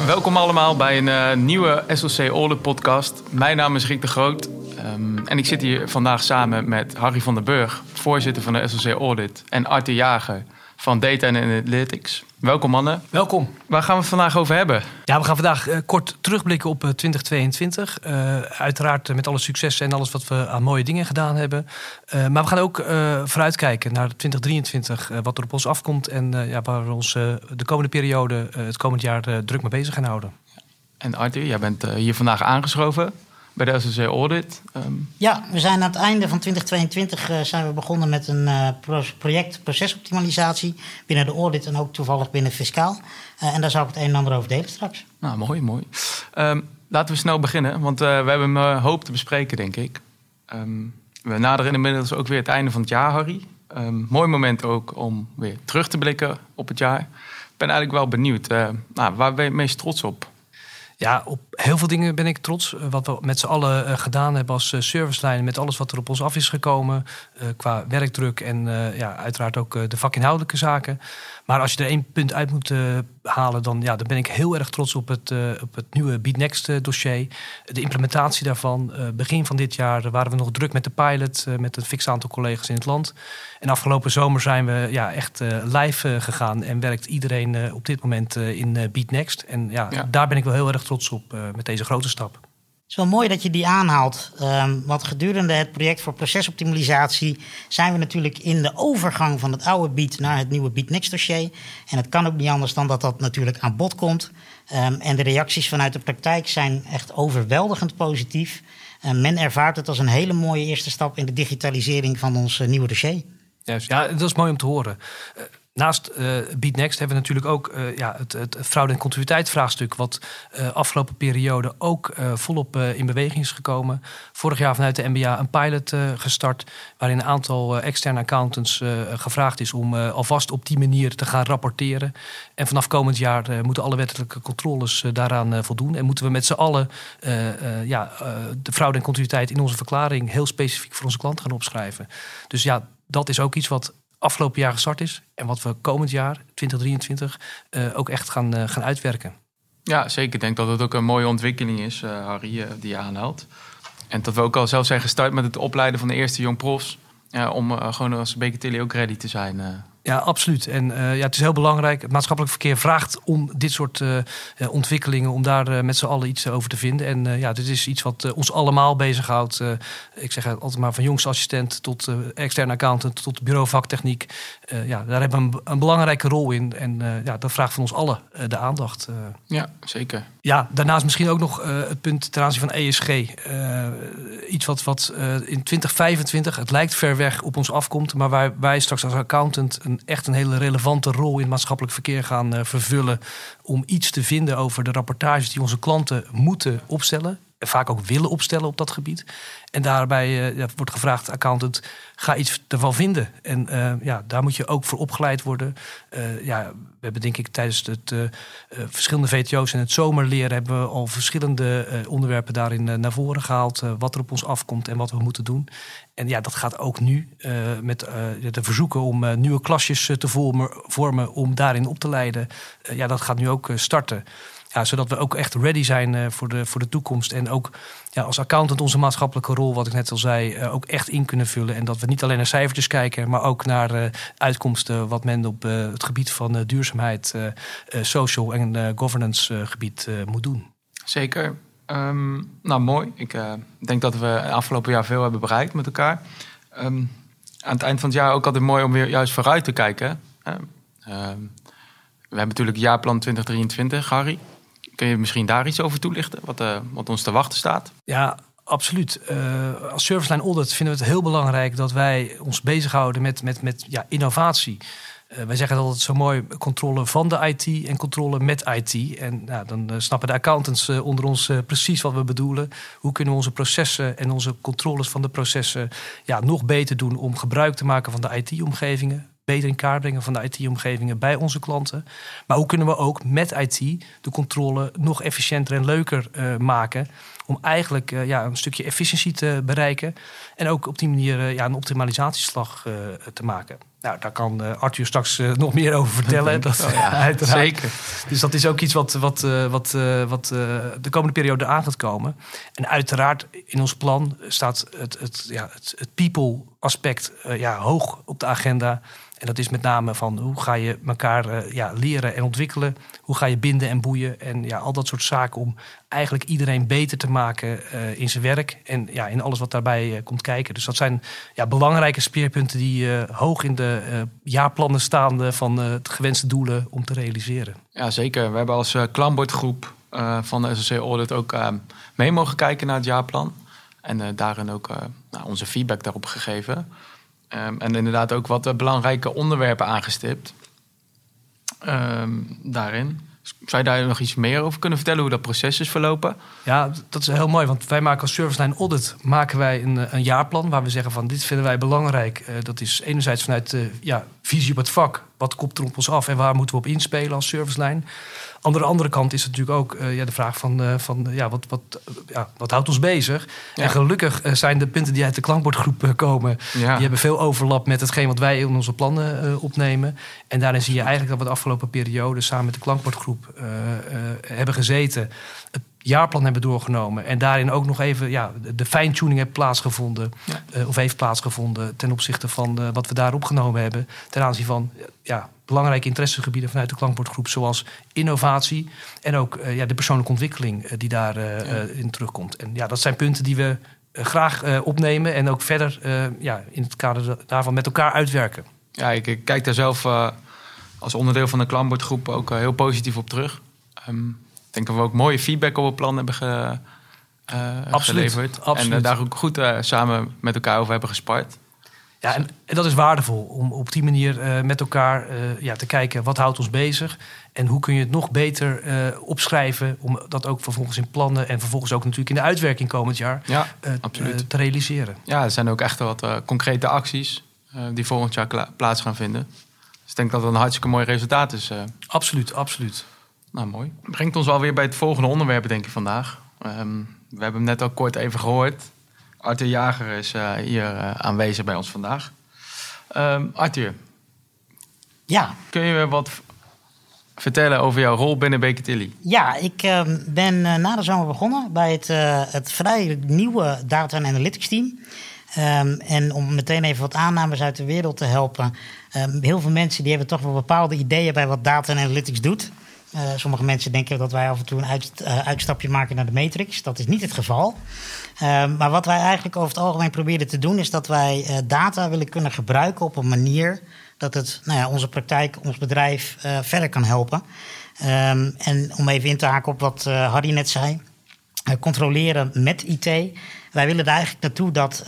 welkom allemaal bij een nieuwe SLC Audit podcast. Mijn naam is Rick de Groot en ik zit hier vandaag samen met Harry van der Burg, voorzitter van de SLC Audit, en Arthur Jager van Data and Analytics. Welkom mannen. Welkom. Waar gaan we het vandaag over hebben? Ja, we gaan vandaag kort terugblikken op 2022. Uiteraard met alle successen en alles wat we aan mooie dingen gedaan hebben. Maar we gaan ook vooruitkijken naar 2023, wat er op ons afkomt en waar we ons de komende periode, het komend jaar, druk mee bezig gaan houden. En Arthur, jij bent hier vandaag aangeschoven bij de SLC Audit. Ja, we zijn aan het einde van 2022 zijn we begonnen met een project procesoptimalisatie binnen de audit en ook toevallig binnen fiscaal. En daar zou ik het een en ander over delen straks. Nou, mooi. Laten we snel beginnen, want we hebben een hoop te bespreken, denk ik. We naderen inmiddels ook weer het einde van het jaar, Harry. Mooi moment ook om weer terug te blikken op het jaar. Ik ben eigenlijk wel benieuwd. Waar ben je het meest trots op? Ja, op heel veel dingen ben ik trots. Wat we met z'n allen gedaan hebben als servicelijn, met alles wat er op ons af is gekomen, qua werkdruk en uiteraard ook de vakinhoudelijke zaken. Maar als je er één punt uit moet halen, dan ben ik heel erg trots op het nieuwe BeatNext dossier. De implementatie daarvan. Begin van dit jaar waren we nog druk met de pilot, met een fix aantal collega's in het land. En afgelopen zomer zijn we echt live gegaan en werkt iedereen op dit moment in BeatNext. En daar ben ik wel heel erg trots op met deze grote stap. Het is wel mooi dat je die aanhaalt. Want gedurende het project voor procesoptimalisatie zijn we natuurlijk in de overgang van het oude Beat naar het nieuwe BeatNext dossier. En het kan ook niet anders dan dat natuurlijk aan bod komt. En de reacties vanuit de praktijk zijn echt overweldigend positief. Men ervaart het als een hele mooie eerste stap in de digitalisering van ons nieuwe dossier. Ja, dat is mooi om te horen. Naast BeatNext hebben we natuurlijk ook het fraude- en continuïteitsvraagstuk, wat afgelopen periode ook volop in beweging is gekomen. Vorig jaar vanuit de MBA een pilot gestart, waarin een aantal externe accountants gevraagd is om alvast op die manier te gaan rapporteren. En vanaf komend jaar moeten alle wettelijke controles daaraan voldoen. En moeten we met z'n allen de fraude en continuïteit in onze verklaring heel specifiek voor onze klant gaan opschrijven. Dus dat is ook iets wat afgelopen jaar gestart is en wat we komend jaar, 2023, ook echt gaan uitwerken. Ja, zeker. Ik denk dat het ook een mooie ontwikkeling is, Harry, die je aanhaalt. En dat we ook al zelf zijn gestart met het opleiden van de eerste jong profs, om gewoon als Baker Tilly ook ready te zijn. Ja, absoluut. En het is heel belangrijk. Het maatschappelijk verkeer vraagt om dit soort ontwikkelingen, om daar met z'n allen iets over te vinden. En dit is iets wat ons allemaal bezighoudt. Ik zeg altijd maar van jongste assistent tot externe accountant tot bureau vaktechniek. Daar hebben we een belangrijke rol in. En dat vraagt van ons allen de aandacht. Ja, zeker. Ja, daarnaast misschien ook nog het punt ten aanzien van ESG. Iets wat in 2025, het lijkt ver weg, op ons afkomt. Maar waar wij straks als accountant echt een hele relevante rol in het maatschappelijk verkeer gaan vervullen. Om iets te vinden over de rapportages die onze klanten moeten opstellen. En vaak ook willen opstellen op dat gebied. En daarbij wordt gevraagd, accountant, ga iets ervan vinden. En daar moet je ook voor opgeleid worden. We hebben denk ik tijdens het verschillende VTO's en het zomerleren hebben we al verschillende onderwerpen daarin naar voren gehaald. Wat er op ons afkomt en wat we moeten doen. En dat gaat ook nu met de verzoeken om nieuwe klasjes te vormen om daarin op te leiden. Dat gaat nu ook starten. Ja, zodat we ook echt ready zijn voor de toekomst. En ook als accountant onze maatschappelijke rol, wat ik net al zei, ook echt in kunnen vullen. En dat we niet alleen naar cijfertjes kijken, maar ook naar uitkomsten wat men op het gebied van duurzaamheid, social en governance gebied moet doen. Zeker. Mooi. Ik denk dat we afgelopen jaar veel hebben bereikt met elkaar. Aan het eind van het jaar ook altijd mooi om weer juist vooruit te kijken. We hebben natuurlijk het jaarplan 2023, Harry. Kun je misschien daar iets over toelichten, wat ons te wachten staat? Ja, absoluut. Als serviceline audit vinden we het heel belangrijk dat wij ons bezighouden met innovatie. Wij zeggen altijd zo mooi, controle van de IT en controle met IT. En dan snappen de accountants onder ons precies wat we bedoelen. Hoe kunnen we onze processen en onze controles van de processen nog beter doen om gebruik te maken van de IT-omgevingen. Beter in kaart brengen van de IT-omgevingen bij onze klanten. Maar hoe kunnen we ook met IT de controle nog efficiënter en leuker maken om eigenlijk een stukje efficiëntie te bereiken. En ook op die manier een optimalisatieslag te maken. Nou, daar kan Arthur straks nog meer over vertellen. Uiteraard. Zeker. Dus dat is ook iets wat de komende periode aan gaat komen. En uiteraard in ons plan staat het people aspect hoog op de agenda. En dat is met name van hoe ga je elkaar leren en ontwikkelen. Hoe ga je binden en boeien. En al dat soort zaken om eigenlijk iedereen beter te maken in zijn werk. En in alles wat daarbij komt kijken. Dus dat zijn belangrijke speerpunten die hoog in de jaarplannen staan van de gewenste doelen om te realiseren. Ja, zeker. We hebben als klankbordgroep van de SLC Audit ook mee mogen kijken naar het jaarplan. En daarin ook onze feedback daarop gegeven. En inderdaad ook wat belangrijke onderwerpen aangestipt daarin. Zou je daar nog iets meer over kunnen vertellen, hoe dat proces is verlopen? Ja, dat is heel mooi, want wij maken als ServiceLine Audit een jaarplan waar we zeggen van dit vinden wij belangrijk. Dat is enerzijds vanuit visie op het vak. Wat komt er op ons af en waar moeten we op inspelen als ServiceLine? Aan de andere kant is het natuurlijk ook de vraag wat houdt ons bezig? Ja. En gelukkig zijn de punten die uit de klankbordgroep komen, die hebben veel overlap met hetgeen wat wij in onze plannen opnemen. En daarin zie je eigenlijk dat we de afgelopen periode samen met de klankbordgroep hebben gezeten, het jaarplan hebben doorgenomen en daarin ook nog even de fine-tuning heeft plaatsgevonden ten opzichte van wat we daar opgenomen hebben ten aanzien van belangrijke interessegebieden vanuit de klankbordgroep, zoals innovatie en ook de persoonlijke ontwikkeling die daarin terugkomt. En dat zijn punten die we graag opnemen en ook verder in het kader daarvan met elkaar uitwerken. Ja, ik kijk daar zelf als onderdeel van de klankbordgroep ook heel positief op terug. Ik denk dat we ook mooie feedback op het plan hebben geleverd. Absoluut. En daar ook goed samen met elkaar over hebben gespart. Ja, en dat is waardevol om op die manier met elkaar te kijken wat houdt ons bezig en hoe kun je het nog beter opschrijven om dat ook vervolgens in plannen en vervolgens ook natuurlijk in de uitwerking komend jaar te realiseren. Ja, er zijn ook echt wat concrete acties die volgend jaar plaats gaan vinden. Dus ik denk dat het een hartstikke mooi resultaat is. Absoluut. Nou, mooi. Brengt ons alweer bij het volgende onderwerp, denk ik, vandaag. We hebben hem net al kort even gehoord. Arthur Jager is hier aanwezig bij ons vandaag. Arthur. Ja. Kun je wat vertellen over jouw rol binnen Baker Tilly? Ja, ik ben na de zomer begonnen bij het vrij nieuwe Data Analytics team. En om meteen even wat aannames uit de wereld te helpen. Heel veel mensen die hebben toch wel bepaalde ideeën bij wat Data Analytics doet. Sommige mensen denken dat wij af en toe een uitstapje maken naar de matrix. Dat is niet het geval. Maar wat wij eigenlijk over het algemeen proberen te doen is dat wij data willen kunnen gebruiken op een manier dat het onze praktijk, ons bedrijf verder kan helpen. En om even in te haken op wat Harry net zei. Controleren met IT. Wij willen er eigenlijk naartoe dat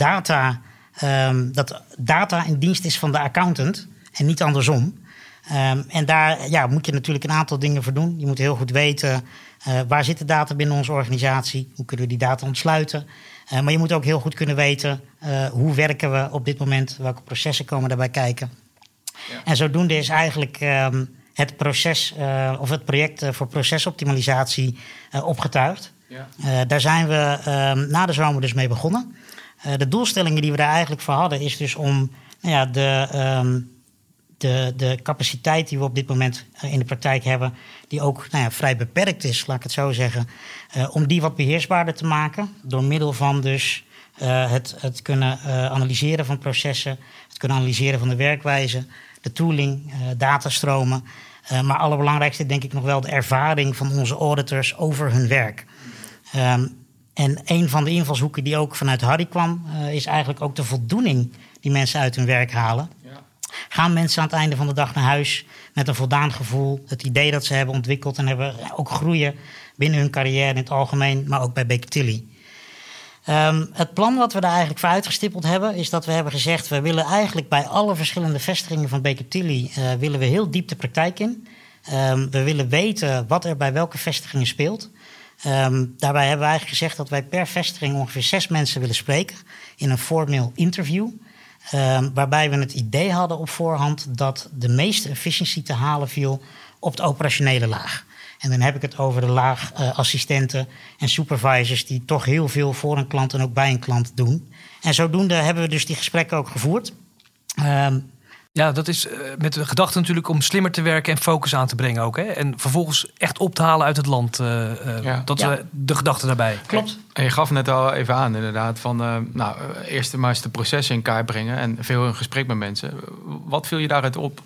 data in dienst is van de accountant en niet andersom. En daar moet je natuurlijk een aantal dingen voor doen. Je moet heel goed weten waar zit de data binnen onze organisatie. Hoe kunnen we die data ontsluiten. Maar je moet ook heel goed kunnen weten hoe werken we op dit moment. Welke processen komen daarbij kijken. Ja. En zodoende is eigenlijk het proces of het project voor procesoptimalisatie opgetuigd. Ja. Daar zijn we na de zomer dus mee begonnen. De doelstellingen die we daar eigenlijk voor hadden is dus om de capaciteit die we op dit moment in de praktijk hebben, die ook vrij beperkt is, laat ik het zo zeggen, om die wat beheersbaarder te maken door middel van dus het kunnen analyseren van processen, het kunnen analyseren van de werkwijze, de tooling, datastromen, maar allerbelangrijkste denk ik nog wel de ervaring van onze auditors over hun werk. En een van de invalshoeken die ook vanuit Harry kwam, is eigenlijk ook de voldoening die mensen uit hun werk halen. Ja. Gaan mensen aan het einde van de dag naar huis met een voldaan gevoel, het idee dat ze hebben ontwikkeld en hebben ook groeien binnen hun carrière in het algemeen, maar ook bij Baker Tilly. Het plan wat we daar eigenlijk voor uitgestippeld hebben, is dat we hebben gezegd, we willen eigenlijk bij alle verschillende vestigingen van Baker Tilly willen we heel diep de praktijk in. We willen weten wat er bij welke vestigingen speelt. Daarbij hebben we eigenlijk gezegd dat wij per vestiging ongeveer 6 mensen willen spreken in een formeel interview. Waarbij we het idee hadden op voorhand dat de meeste efficiëntie te halen viel op de operationele laag. En dan heb ik het over de laagassistenten en supervisors die toch heel veel voor een klant en ook bij een klant doen. En zodoende hebben we dus die gesprekken ook gevoerd. Ja, dat is met de gedachte natuurlijk om slimmer te werken en focus aan te brengen ook. Hè? En vervolgens echt op te halen uit het land. Dat is de gedachte daarbij. Klopt. En je gaf net al even aan inderdaad van eerst maar eens de processen in kaart brengen en veel in gesprek met mensen. Wat viel je daaruit op?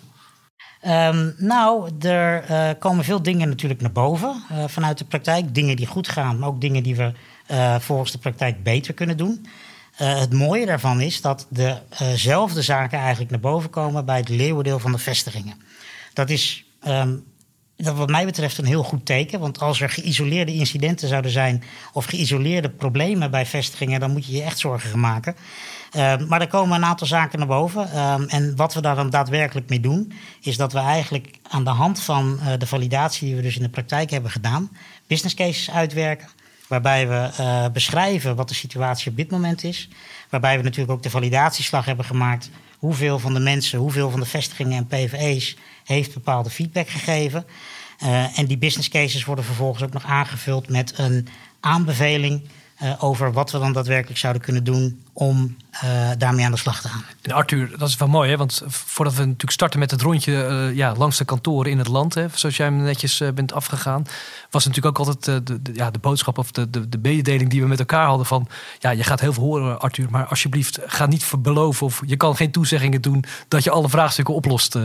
Er komen veel dingen natuurlijk naar boven vanuit de praktijk. Dingen die goed gaan, maar ook dingen die we volgens de praktijk beter kunnen doen. Het mooie daarvan is dat dezelfde zaken eigenlijk naar boven komen bij het leeuwendeel van de vestigingen. Dat is wat mij betreft een heel goed teken. Want als er geïsoleerde incidenten zouden zijn of geïsoleerde problemen bij vestigingen, dan moet je je echt zorgen gaan maken. Maar er komen een aantal zaken naar boven. En wat we daar dan daadwerkelijk mee doen, is dat we eigenlijk aan de hand van de validatie die we dus in de praktijk hebben gedaan, business cases uitwerken. Waarbij we beschrijven wat de situatie op dit moment is. Waarbij we natuurlijk ook de validatieslag hebben gemaakt. Hoeveel van de mensen, hoeveel van de vestigingen en PVE's heeft bepaalde feedback gegeven. En die business cases worden vervolgens ook nog aangevuld met een aanbeveling over wat we dan daadwerkelijk zouden kunnen doen om daarmee aan de slag te gaan. En Arthur, dat is wel mooi, hè? Want voordat we natuurlijk starten met het rondje langs de kantoren in het land, hè, zoals jij hem netjes bent afgegaan, was natuurlijk ook altijd de boodschap of de mededeling die we met elkaar hadden van, ja, je gaat heel veel horen, Arthur, maar alsjeblieft, ga niet beloven of je kan geen toezeggingen doen dat je alle vraagstukken oplost.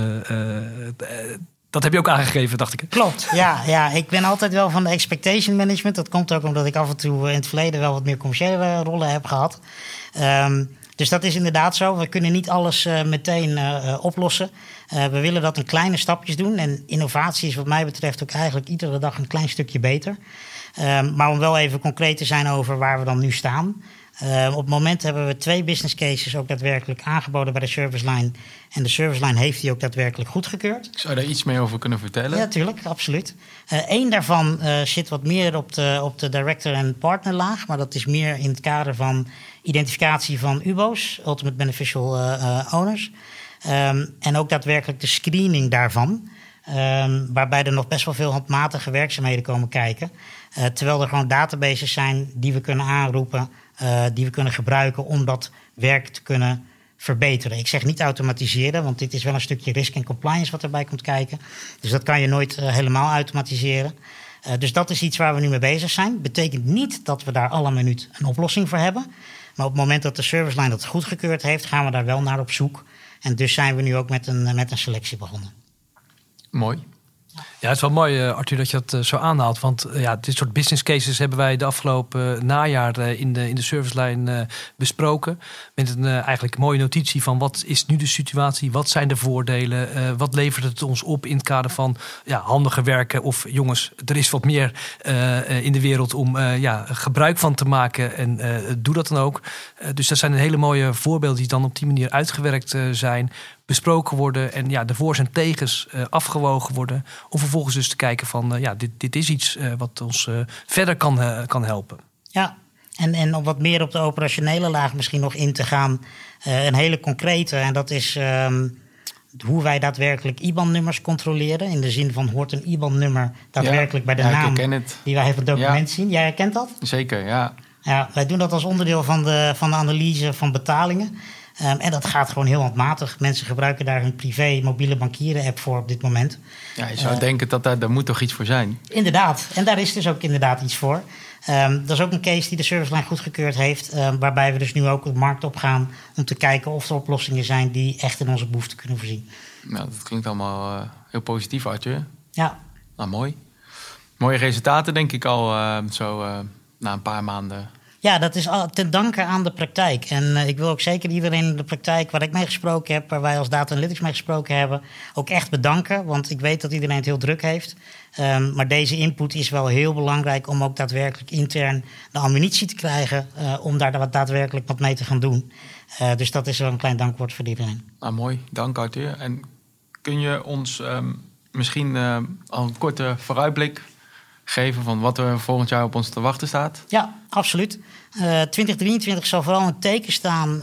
Dat heb je ook aangegeven, dacht ik. Klopt, ja. Ik ben altijd wel van de expectation management. Dat komt ook omdat ik af en toe in het verleden wel wat meer commerciële rollen heb gehad. Dus dat is inderdaad zo. We kunnen niet alles meteen oplossen. We willen dat in kleine stapjes doen. En innovatie is wat mij betreft ook eigenlijk iedere dag een klein stukje beter. Maar om wel even concreet te zijn over waar we dan nu staan. Op het moment hebben we 2 business cases ook daadwerkelijk aangeboden bij de serviceline. En de serviceline heeft die ook daadwerkelijk goedgekeurd. Zou je daar iets meer over kunnen vertellen? Ja, tuurlijk, absoluut. Eén daarvan zit wat meer op de director- en partnerlaag. Maar dat is meer in het kader van identificatie van UBO's, Ultimate Beneficial Owners. En ook daadwerkelijk de screening daarvan. Waarbij er nog best wel veel handmatige werkzaamheden komen kijken. Terwijl er gewoon databases zijn die we kunnen aanroepen, die we kunnen gebruiken om dat werk te kunnen verbeteren. Ik zeg niet automatiseren, want dit is wel een stukje risk en compliance wat erbij komt kijken. Dus dat kan je nooit helemaal automatiseren. Dus dat is iets waar we nu mee bezig zijn. Betekent niet dat we daar alle minuut een oplossing voor hebben. Maar op het moment dat de serviceline dat goedgekeurd heeft, gaan we daar wel naar op zoek. En dus zijn we nu ook met een selectie begonnen. Mooi. Ja, het is wel mooi, Arthur, dat je dat zo aanhaalt. Want dit soort business cases hebben wij de afgelopen najaar in de servicelijn besproken. Met een eigenlijk mooie notitie van wat is nu de situatie? Wat zijn de voordelen? Wat levert het ons op in het kader van handiger werken? Of jongens, er is wat meer in de wereld om gebruik van te maken. En doe dat dan ook. Dus dat zijn hele mooie voorbeelden die dan op die manier uitgewerkt zijn, besproken worden en de voor's en tegens afgewogen worden. Om vervolgens dus te kijken van dit is iets wat ons verder kan helpen. Ja, en om wat meer op de operationele laag misschien nog in te gaan. Een hele concrete, en dat is hoe wij daadwerkelijk IBAN-nummers controleren. In de zin van hoort een IBAN-nummer daadwerkelijk bij de naam die wij op het document zien. Jij herkent dat? Zeker, ja. Ja, wij doen dat als onderdeel van de analyse van betalingen. En dat gaat gewoon heel handmatig. Mensen gebruiken daar hun privé mobiele bankieren app voor op dit moment. Ja, je zou denken dat daar moet toch iets voor zijn? Inderdaad. En daar is dus ook inderdaad iets voor. Dat is ook een case die de serviceline goedgekeurd heeft. Waarbij we dus nu ook de markt op gaan om te kijken of er oplossingen zijn die echt in onze behoeften kunnen voorzien. Nou, dat klinkt allemaal heel positief, Arthur. Ja. Nou, mooi. Mooie resultaten, denk ik al na een paar maanden. Ja, dat is te danken aan de praktijk. En ik wil ook zeker iedereen in de praktijk waar ik mee gesproken heb, waar wij als Data Analytics mee gesproken hebben, ook echt bedanken. Want ik weet dat iedereen het heel druk heeft. Maar deze input is wel heel belangrijk om ook daadwerkelijk intern de ammunitie te krijgen om daar daadwerkelijk wat mee te gaan doen. Dus dat is wel een klein dankwoord voor iedereen. Nou, mooi. Dank, Arthur. En kun je ons misschien al een korte vooruitblik geven van wat er volgend jaar op ons te wachten staat? Ja, absoluut. 2023 zal vooral een teken staan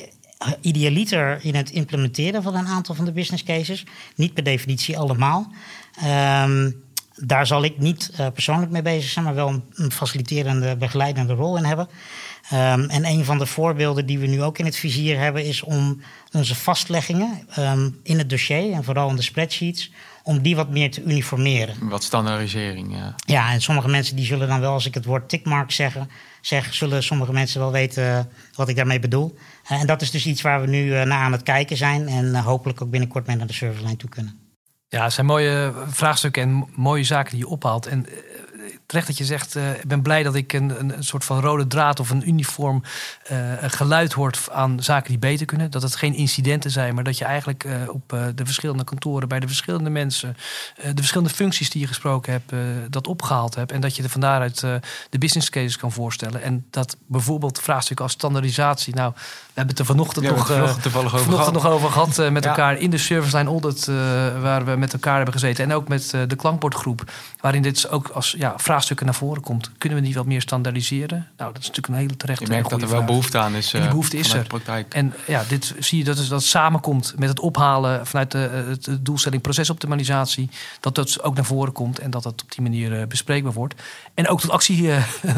idealiter in het implementeren van een aantal van de business cases. Niet per definitie allemaal. Daar zal ik niet persoonlijk mee bezig zijn, maar wel een faciliterende, begeleidende rol in hebben. En een van de voorbeelden die we nu ook in het vizier hebben, is om onze vastleggingen in het dossier en vooral in de spreadsheets, om die wat meer te uniformeren. Wat standaardisering, ja. Ja, en sommige mensen die zullen dan wel, als ik het woord tickmark zeg, zullen sommige mensen wel weten wat ik daarmee bedoel. En dat is dus iets waar we nu naar aan het kijken zijn en hopelijk ook binnenkort mee naar de servicelijn toe kunnen. Ja, het zijn mooie vraagstukken en mooie zaken die je ophaalt. En terecht dat je zegt, ik ben blij dat ik een soort van rode draad of een uniform geluid hoort aan zaken die beter kunnen. Dat het geen incidenten zijn, maar dat je eigenlijk op de verschillende kantoren, bij de verschillende mensen, de verschillende functies die je gesproken hebt, dat opgehaald hebt. En dat je er van daaruit de business cases kan voorstellen. En dat bijvoorbeeld vraagstukken als standaardisatie. Nou, we hebben het er vanochtend nog over gehad met elkaar in de servicelijn audit, waar we met elkaar hebben gezeten. En ook met de klankbordgroep, waarin dit ook als vraagstukken naar voren komt. Kunnen we die wat meer standaardiseren? Nou, dat is natuurlijk een hele terechte vraag. Je merkt dat er wel behoefte aan is. En die behoefte is er. En ja, dit zie je dat samenkomt met het ophalen vanuit de doelstelling procesoptimalisatie. Dat ook naar voren komt en dat dat op die manier bespreekbaar wordt. En ook tot actie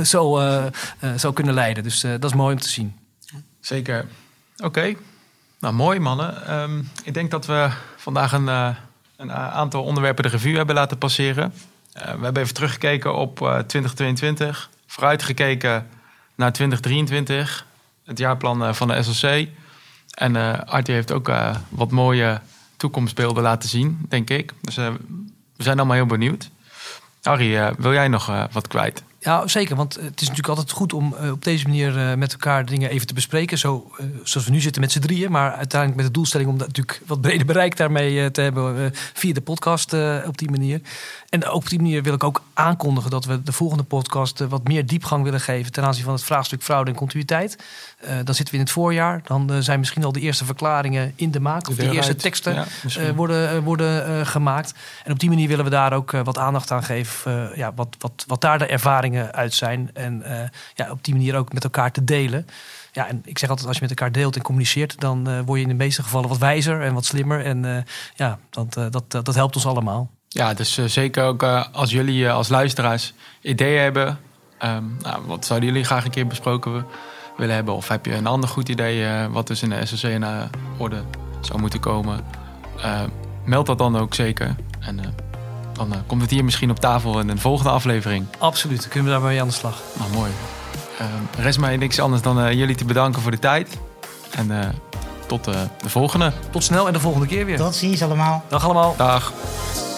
zou kunnen leiden. Dus dat is mooi om te zien. Zeker. Oké. Nou, mooi mannen. Ik denk dat we vandaag een aantal onderwerpen de revue hebben laten passeren. We hebben even teruggekeken op 2022. Vooruitgekeken naar 2023. Het jaarplan van de SLC. En Artie heeft ook wat mooie toekomstbeelden laten zien, denk ik. Dus we zijn allemaal heel benieuwd. Arie, wil jij nog wat kwijt? Ja, zeker. Want het is natuurlijk altijd goed om op deze manier met elkaar dingen even te bespreken. Zoals we nu zitten met z'n drieën. Maar uiteindelijk met de doelstelling om natuurlijk wat breder bereik daarmee te hebben via de podcast op die manier. En ook op die manier wil ik ook aankondigen dat we de volgende podcast wat meer diepgang willen geven ten aanzien van het vraagstuk fraude en continuïteit. Dan zitten we in het voorjaar. Dan zijn misschien al de eerste verklaringen in de maak. Of de eerste teksten worden gemaakt. En op die manier willen we daar ook wat aandacht aan geven. Wat daar de ervaringen uit zijn. En op die manier ook met elkaar te delen. Ja, en ik zeg altijd, als je met elkaar deelt en communiceert, dan word je in de meeste gevallen wat wijzer en wat slimmer. En dat helpt ons allemaal. Ja, dus zeker ook als jullie als luisteraars ideeën hebben. Wat zouden jullie graag een keer besproken willen hebben? Of heb je een ander goed idee wat dus in de SLC naar orde zou moeten komen? Meld dat dan ook zeker. En dan komt het hier misschien op tafel in een volgende aflevering. Absoluut, kunnen we daarmee aan de slag. Nou, mooi. Rest mij niks anders dan jullie te bedanken voor de tijd. En tot de volgende. Tot snel en de volgende keer weer. Tot ziens allemaal. Dag allemaal. Dag.